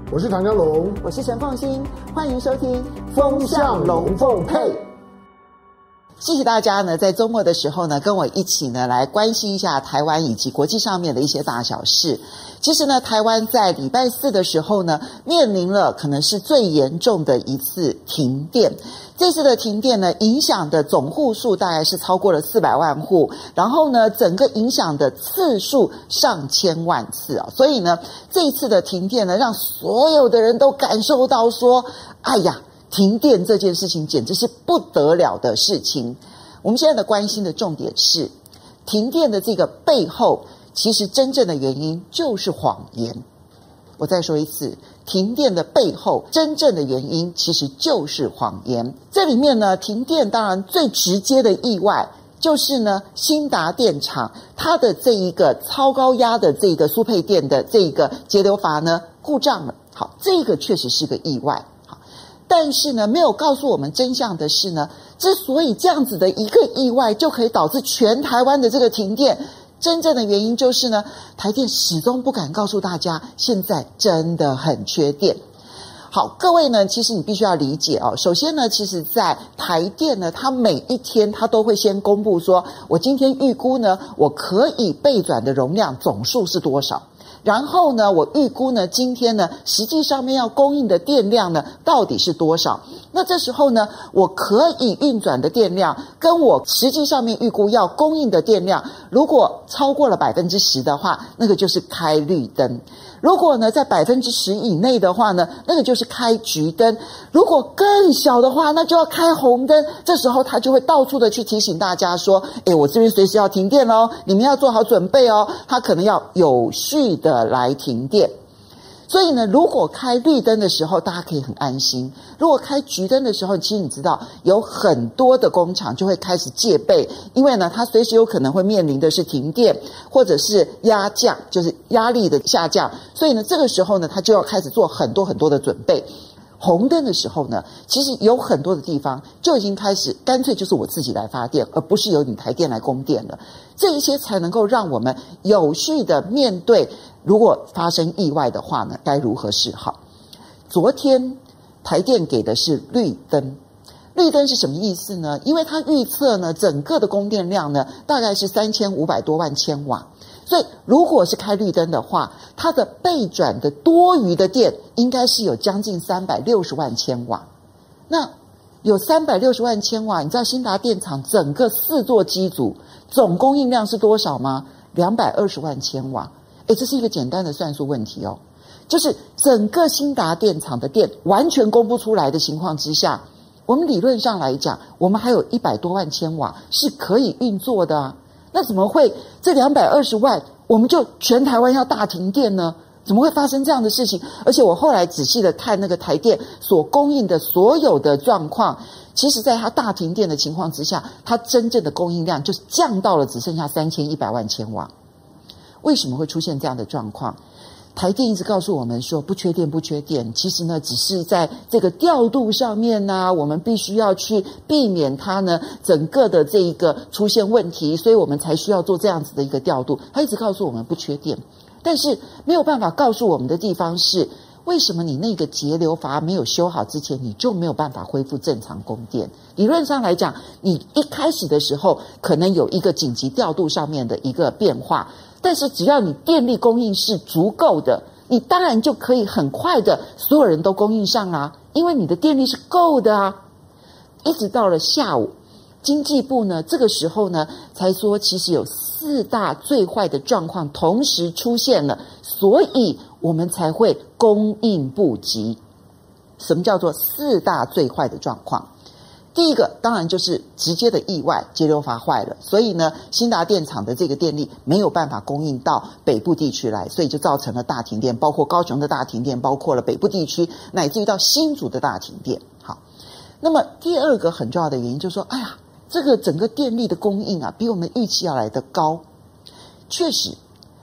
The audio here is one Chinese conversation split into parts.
我是唐家龙， 我是陈凤馨，欢迎收听风向龙凤配。 谢谢大家呢，在周末的时候呢，跟我一起呢来关心一下台湾以及国际上面的一些大小事。其实呢，台湾在礼拜四的时候呢，面临了可能是最严重的一次停电。这次的停电呢，影响的总户数大概是超过了400万户，然后呢，整个影响的次数上千万次啊。所以呢，这一次的停电呢，让所有的人都感受到说，哎呀，停电这件事情简直是不得了的事情。我们现在的关心的重点是，停电的这个背后，其实真正的原因就是谎言。我再说一次，停电的背后真正的原因其实就是谎言。这里面呢，停电当然最直接的意外就是呢，兴达电厂它的这一个超高压的这个输配电的这个节流阀呢故障了。好，这个确实是个意外。好，但是呢，没有告诉我们真相的是呢，之所以这样子的一个意外就可以导致全台湾的这个停电，真正的原因就是呢，台电始终不敢告诉大家，现在真的很缺电。好，各位呢，其实你必须要理解哦。首先呢，其实在台电呢，它每一天它都会先公布说，我今天预估呢，我可以备转的容量总数是多少。然后呢，我预估呢，今天呢，实际上面要供应的电量呢，到底是多少？那这时候呢，我可以运转的电量，跟我实际上面预估要供应的电量，如果超过了10%的话，那个就是开绿灯；如果呢，在10%以内的话呢，那个就是开橘灯；如果更小的话，那就要开红灯。这时候他就会到处的去提醒大家说，我这边随时要停电咯，你们要做好准备哦，他可能要有序的来停电。所以呢，如果开绿灯的时候，大家可以很安心；如果开橘灯的时候，其实你知道有很多的工厂就会开始戒备，因为呢，它随时有可能会面临的是停电，或者是压降，就是压力的下降。所以呢，这个时候呢，它就要开始做很多很多的准备。红灯的时候呢，其实有很多的地方就已经开始干脆就是我自己来发电，而不是由你台电来供电了。这一些才能够让我们有序的面对，如果发生意外的话呢，该如何是好。昨天台电给的是绿灯。绿灯是什么意思呢？因为它预测呢，整个的供电量呢，大概是3500多万千瓦。所以如果是开绿灯的话，它的备转的多余的电应该是有将近360万千瓦。那有360万千瓦，你知道兴达电厂整个4座机组总供应量是多少吗？220万千瓦。这是一个简单的算术问题哦。就是整个兴达电厂的电完全供不出来的情况之下，我们理论上来讲，我们还有100多万千瓦是可以运作的啊。那怎么会这220万我们就全台湾要大停电呢？怎么会发生这样的事情？而且我后来仔细的看那个台电所供应的所有的状况，其实在它大停电的情况之下，它真正的供应量就降到了只剩下3100万千瓦。为什么会出现这样的状况？台电一直告诉我们说不缺电不缺电，其实呢只是在这个调度上面呢，我们必须要去避免它呢整个的这一个出现问题，所以我们才需要做这样子的一个调度。他一直告诉我们不缺电，但是没有办法告诉我们的地方是，为什么你那个节流阀没有修好之前，你就没有办法恢复正常供电？理论上来讲，你一开始的时候可能有一个紧急调度上面的一个变化，但是只要你电力供应是足够的，你当然就可以很快的所有人都供应上啊，因为你的电力是够的啊。一直到了下午，经济部呢这个时候呢才说，其实有4大最坏的状况同时出现了，所以我们才会供应不及。什么叫做4大最坏的状况？第一个当然就是直接的意外，节流阀坏了，所以呢兴达电厂的这个电力没有办法供应到北部地区来，所以就造成了大停电，包括高雄的大停电，包括了北部地区，乃至于到新竹的大停电。好，那么第二个很重要的原因就是说，这个整个电力的供应啊，比我们预期要来得高。确实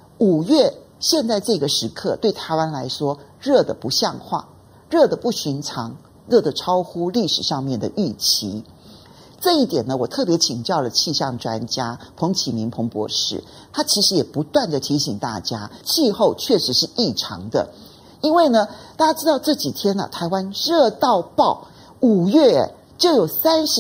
5月现在这个时刻对台湾来说热得不像话，热得不寻常，热得超乎历史上面的预期。这一点呢，我特别请教了气象专家彭启明彭博士，他其实也不断的提醒大家，气候确实是异常的。 因为呢，大家知道这几天台湾热到爆，5月就有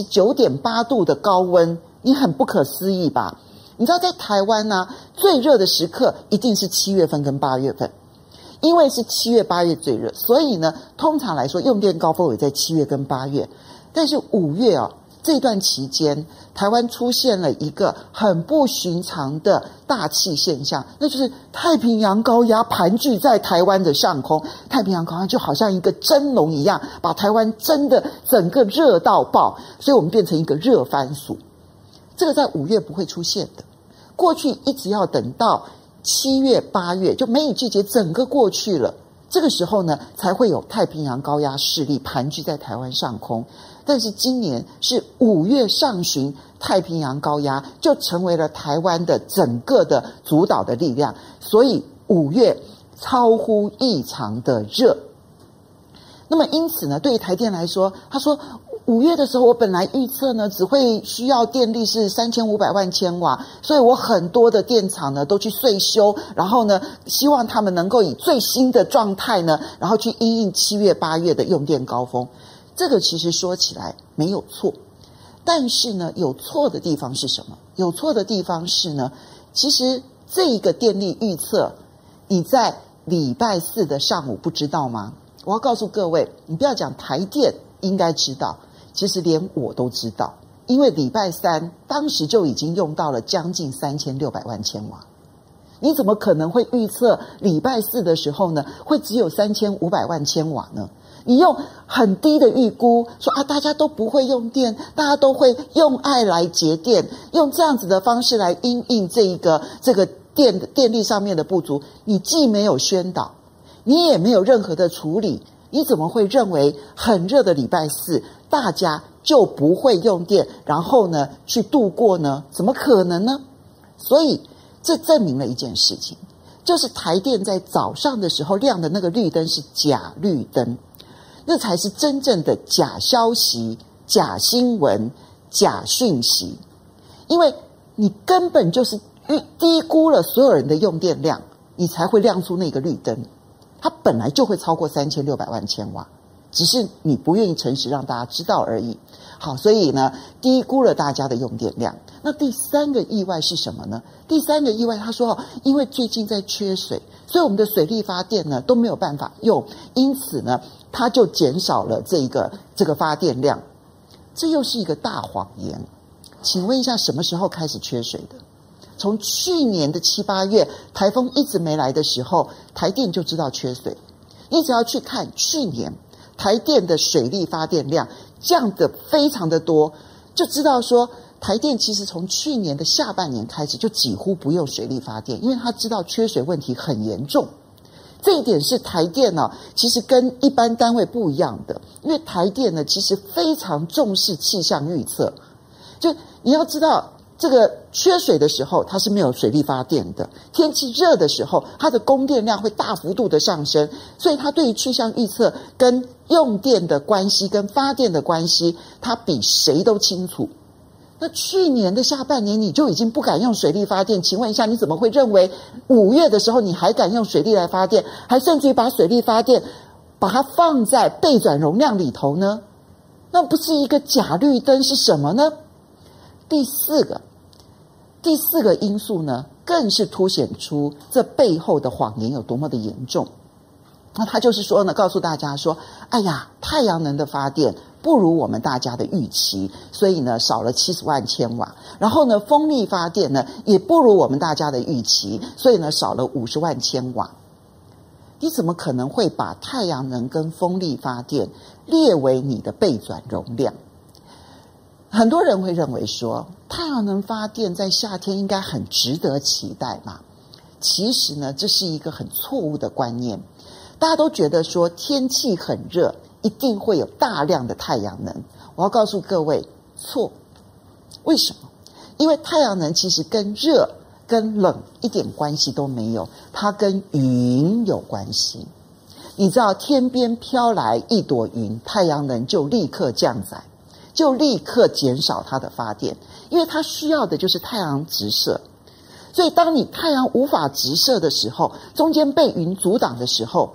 39.8度的高温，你很不可思议吧？你知道在台湾呢，最热的时刻一定是7月份跟8月份，因为是7月8月最热，所以呢，通常来说用电高峰也在7月跟8月。但是5月这段期间，台湾出现了一个很不寻常的大气现象，那就是太平洋高压盘踞在台湾的上空。太平洋高压就好像一个蒸笼一样，把台湾蒸的整个热到爆，所以我们变成一个热番薯。这个在5月不会出现的，过去一直要等到7月8月，就梅雨季节整个过去了，这个时候呢，才会有太平洋高压势力盘踞在台湾上空。但是今年是5月上旬，太平洋高压就成为了台湾的整个的主导的力量，所以5月超乎异常的热。那么因此呢，对于台电来说，他说5月的时候，我本来预测呢，只会需要电力是3500万千瓦，所以我很多的电厂呢都去岁修，然后呢，希望他们能够以最新的状态呢，然后去因应7月8月的用电高峰。这个其实说起来没有错，但是呢，有错的地方是什么？有错的地方是呢，其实这一个电力预测，你在礼拜4的上午不知道吗？我要告诉各位，你不要讲台电应该知道，其实连我都知道，因为礼拜3当时就已经用到了将近3600万千瓦。你怎么可能会预测礼拜4的时候呢，会只有3500万千瓦呢？你用很低的预估说大家都不会用电，大家都会用爱来节电，用这样子的方式来因应这个电力上面的不足，你既没有宣导，你也没有任何的处理，你怎么会认为很热的礼拜4大家就不会用电，然后呢去度过呢？怎么可能呢？所以这证明了一件事情，就是台电在早上的时候亮的那个绿灯是假绿灯，那才是真正的假消息、假新闻、假讯息。因为你根本就是低估了所有人的用电量，你才会亮出那个绿灯。它本来就会超过3600万千瓦，只是你不愿意诚实让大家知道而已。好，所以呢，低估了大家的用电量。那第3个意外是什么呢？第3个意外，他说因为最近在缺水，所以我们的水力发电呢都没有办法用，因此呢，它就减少了这个发电量。这又是一个大谎言。请问一下，什么时候开始缺水的？从去年的7、8月，台风一直没来的时候，台电就知道缺水。你只要去看去年台电的水力发电量降得非常的多，就知道说台电其实从去年的下半年开始就几乎不用水力发电，因为他知道缺水问题很严重。这一点是台电其实跟一般单位不一样的，因为台电呢其实非常重视气象预测。就你要知道，这个缺水的时候它是没有水力发电的，天气热的时候它的供电量会大幅度的上升，所以它对于气象预测跟用电的关系跟发电的关系，它比谁都清楚。那去年的下半年你就已经不敢用水力发电，请问一下，你怎么会认为5月的时候你还敢用水力来发电，还甚至于把水力发电把它放在备转容量里头呢？那不是一个假绿灯是什么呢？第四个因素呢，更是凸显出这背后的谎言有多么的严重。那他就是说呢，告诉大家说，哎呀，太阳能的发电不如我们大家的预期，所以呢少了70万千瓦。然后呢，风力发电呢也不如我们大家的预期，所以呢少了50万千瓦。你怎么可能会把太阳能跟风力发电列为你的备转容量？很多人会认为说，太阳能发电在夏天应该很值得期待嘛。其实呢，这是一个很错误的观念。大家都觉得说天气很热，一定会有大量的太阳能。我要告诉各位，错。为什么？因为太阳能其实跟热跟冷一点关系都没有，它跟云有关系。你知道天边飘来一朵云，太阳能就立刻降载，就立刻减少它的发电，因为它需要的就是太阳直射。所以当你太阳无法直射的时候，中间被云阻挡的时候，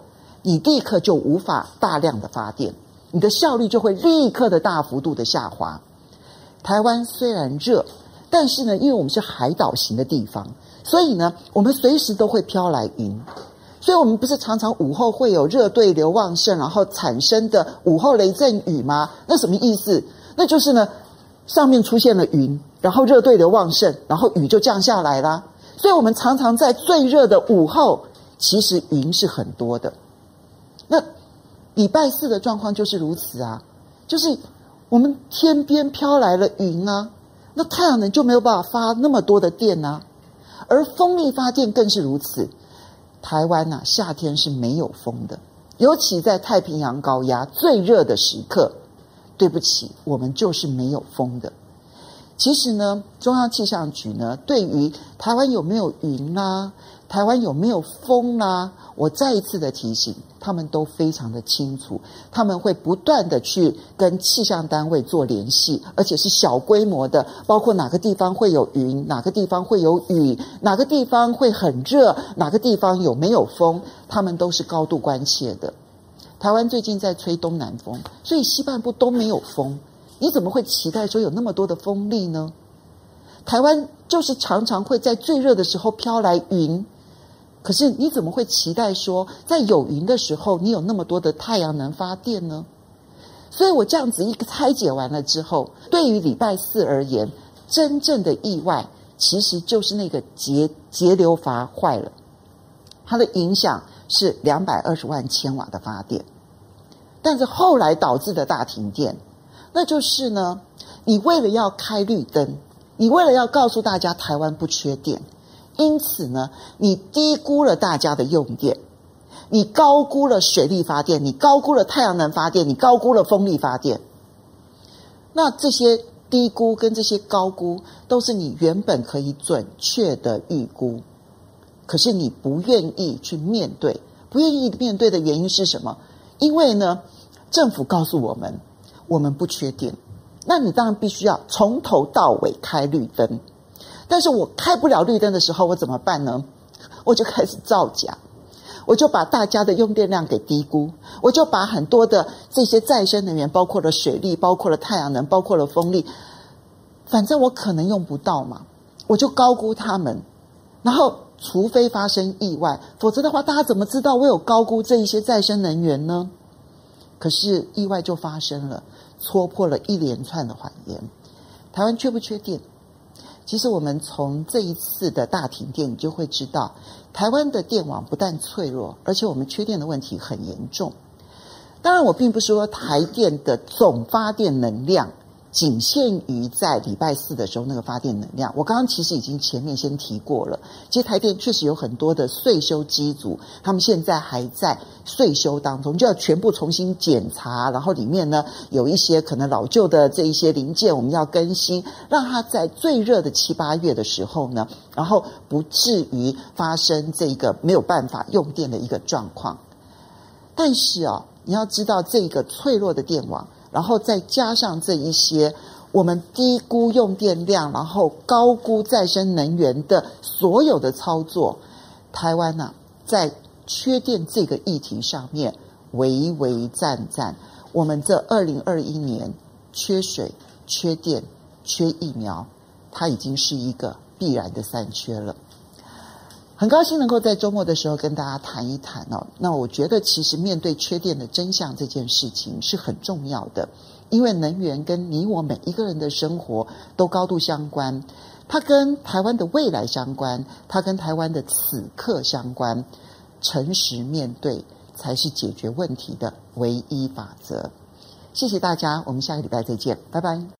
你立刻就无法大量的发电，你的效率就会立刻的大幅度的下滑。台湾虽然热，但是呢，因为我们是海岛型的地方，所以呢，我们随时都会飘来云。所以我们不是常常午后会有热对流旺盛，然后产生的午后雷阵雨吗？那什么意思？那就是呢，上面出现了云，然后热对流旺盛，然后雨就降下来啦。所以我们常常在最热的午后，其实云是很多的。那礼拜四的状况就是如此啊，就是我们天边飘来了云啊，那太阳能就没有办法发那么多的电啊，而风力发电更是如此。台湾啊，夏天是没有风的，尤其在太平洋高压最热的时刻，对不起，我们就是没有风的。其实呢，中央气象局呢，对于台湾有没有云啊，台湾有没有风啊，我再一次的提醒，他们都非常的清楚，他们会不断的去跟气象单位做联系，而且是小规模的，包括哪个地方会有云，哪个地方会有雨，哪个地方会很热，哪个地方有没有风，他们都是高度关切的。台湾最近在吹东南风，所以西半部都没有风，你怎么会期待说有那么多的风力呢？台湾就是常常会在最热的时候飘来云，可是你怎么会期待说在有云的时候你有那么多的太阳能发电呢？所以我这样子一个拆解完了之后，对于礼拜四而言，真正的意外其实就是那个节流阀坏了，它的影响是220万千瓦的发电。但是后来导致的大停电，那就是呢，你为了要开绿灯，你为了要告诉大家台湾不缺电，因此呢，你低估了大家的用电，你高估了水力发电，你高估了太阳能发电，你高估了风力发电。那这些低估跟这些高估都是你原本可以准确的预估，可是你不愿意去面对。不愿意面对的原因是什么？因为呢，政府告诉我们，我们不缺电，那你当然必须要从头到尾开绿灯。但是我开不了绿灯的时候，我怎么办呢？我就开始造假，我就把大家的用电量给低估，我就把很多的这些再生能源，包括了水力，包括了太阳能，包括了风力，反正我可能用不到嘛，我就高估他们。然后除非发生意外，否则的话大家怎么知道我有高估这一些再生能源呢？可是意外就发生了，戳破了一连串的谎言。台湾缺不缺电？其实我们从这一次的大停电，你就会知道，台湾的电网不但脆弱，而且我们缺电的问题很严重。当然我并不是说台电的总发电能量仅限于在礼拜四的时候那个发电能量，我刚刚其实已经前面先提过了。其实台电确实有很多的岁修机组，他们现在还在岁修当中，就要全部重新检查，然后里面呢有一些可能老旧的这一些零件我们要更新，让它在最热的7、8月的时候呢，然后不至于发生这个没有办法用电的一个状况。但是你要知道这个脆弱的电网，然后再加上这一些我们低估用电量，然后高估再生能源的所有的操作，台湾在缺电这个议题上面危危战战。我们这2021年缺水、缺电、缺疫苗，它已经是一个必然的3缺了。很高兴能够在周末的时候跟大家谈一谈那我觉得其实面对缺电的真相这件事情是很重要的，因为能源跟你我每一个人的生活都高度相关，它跟台湾的未来相关，它跟台湾的此刻相关。诚实面对才是解决问题的唯一法则。谢谢大家，我们下个礼拜再见，拜拜。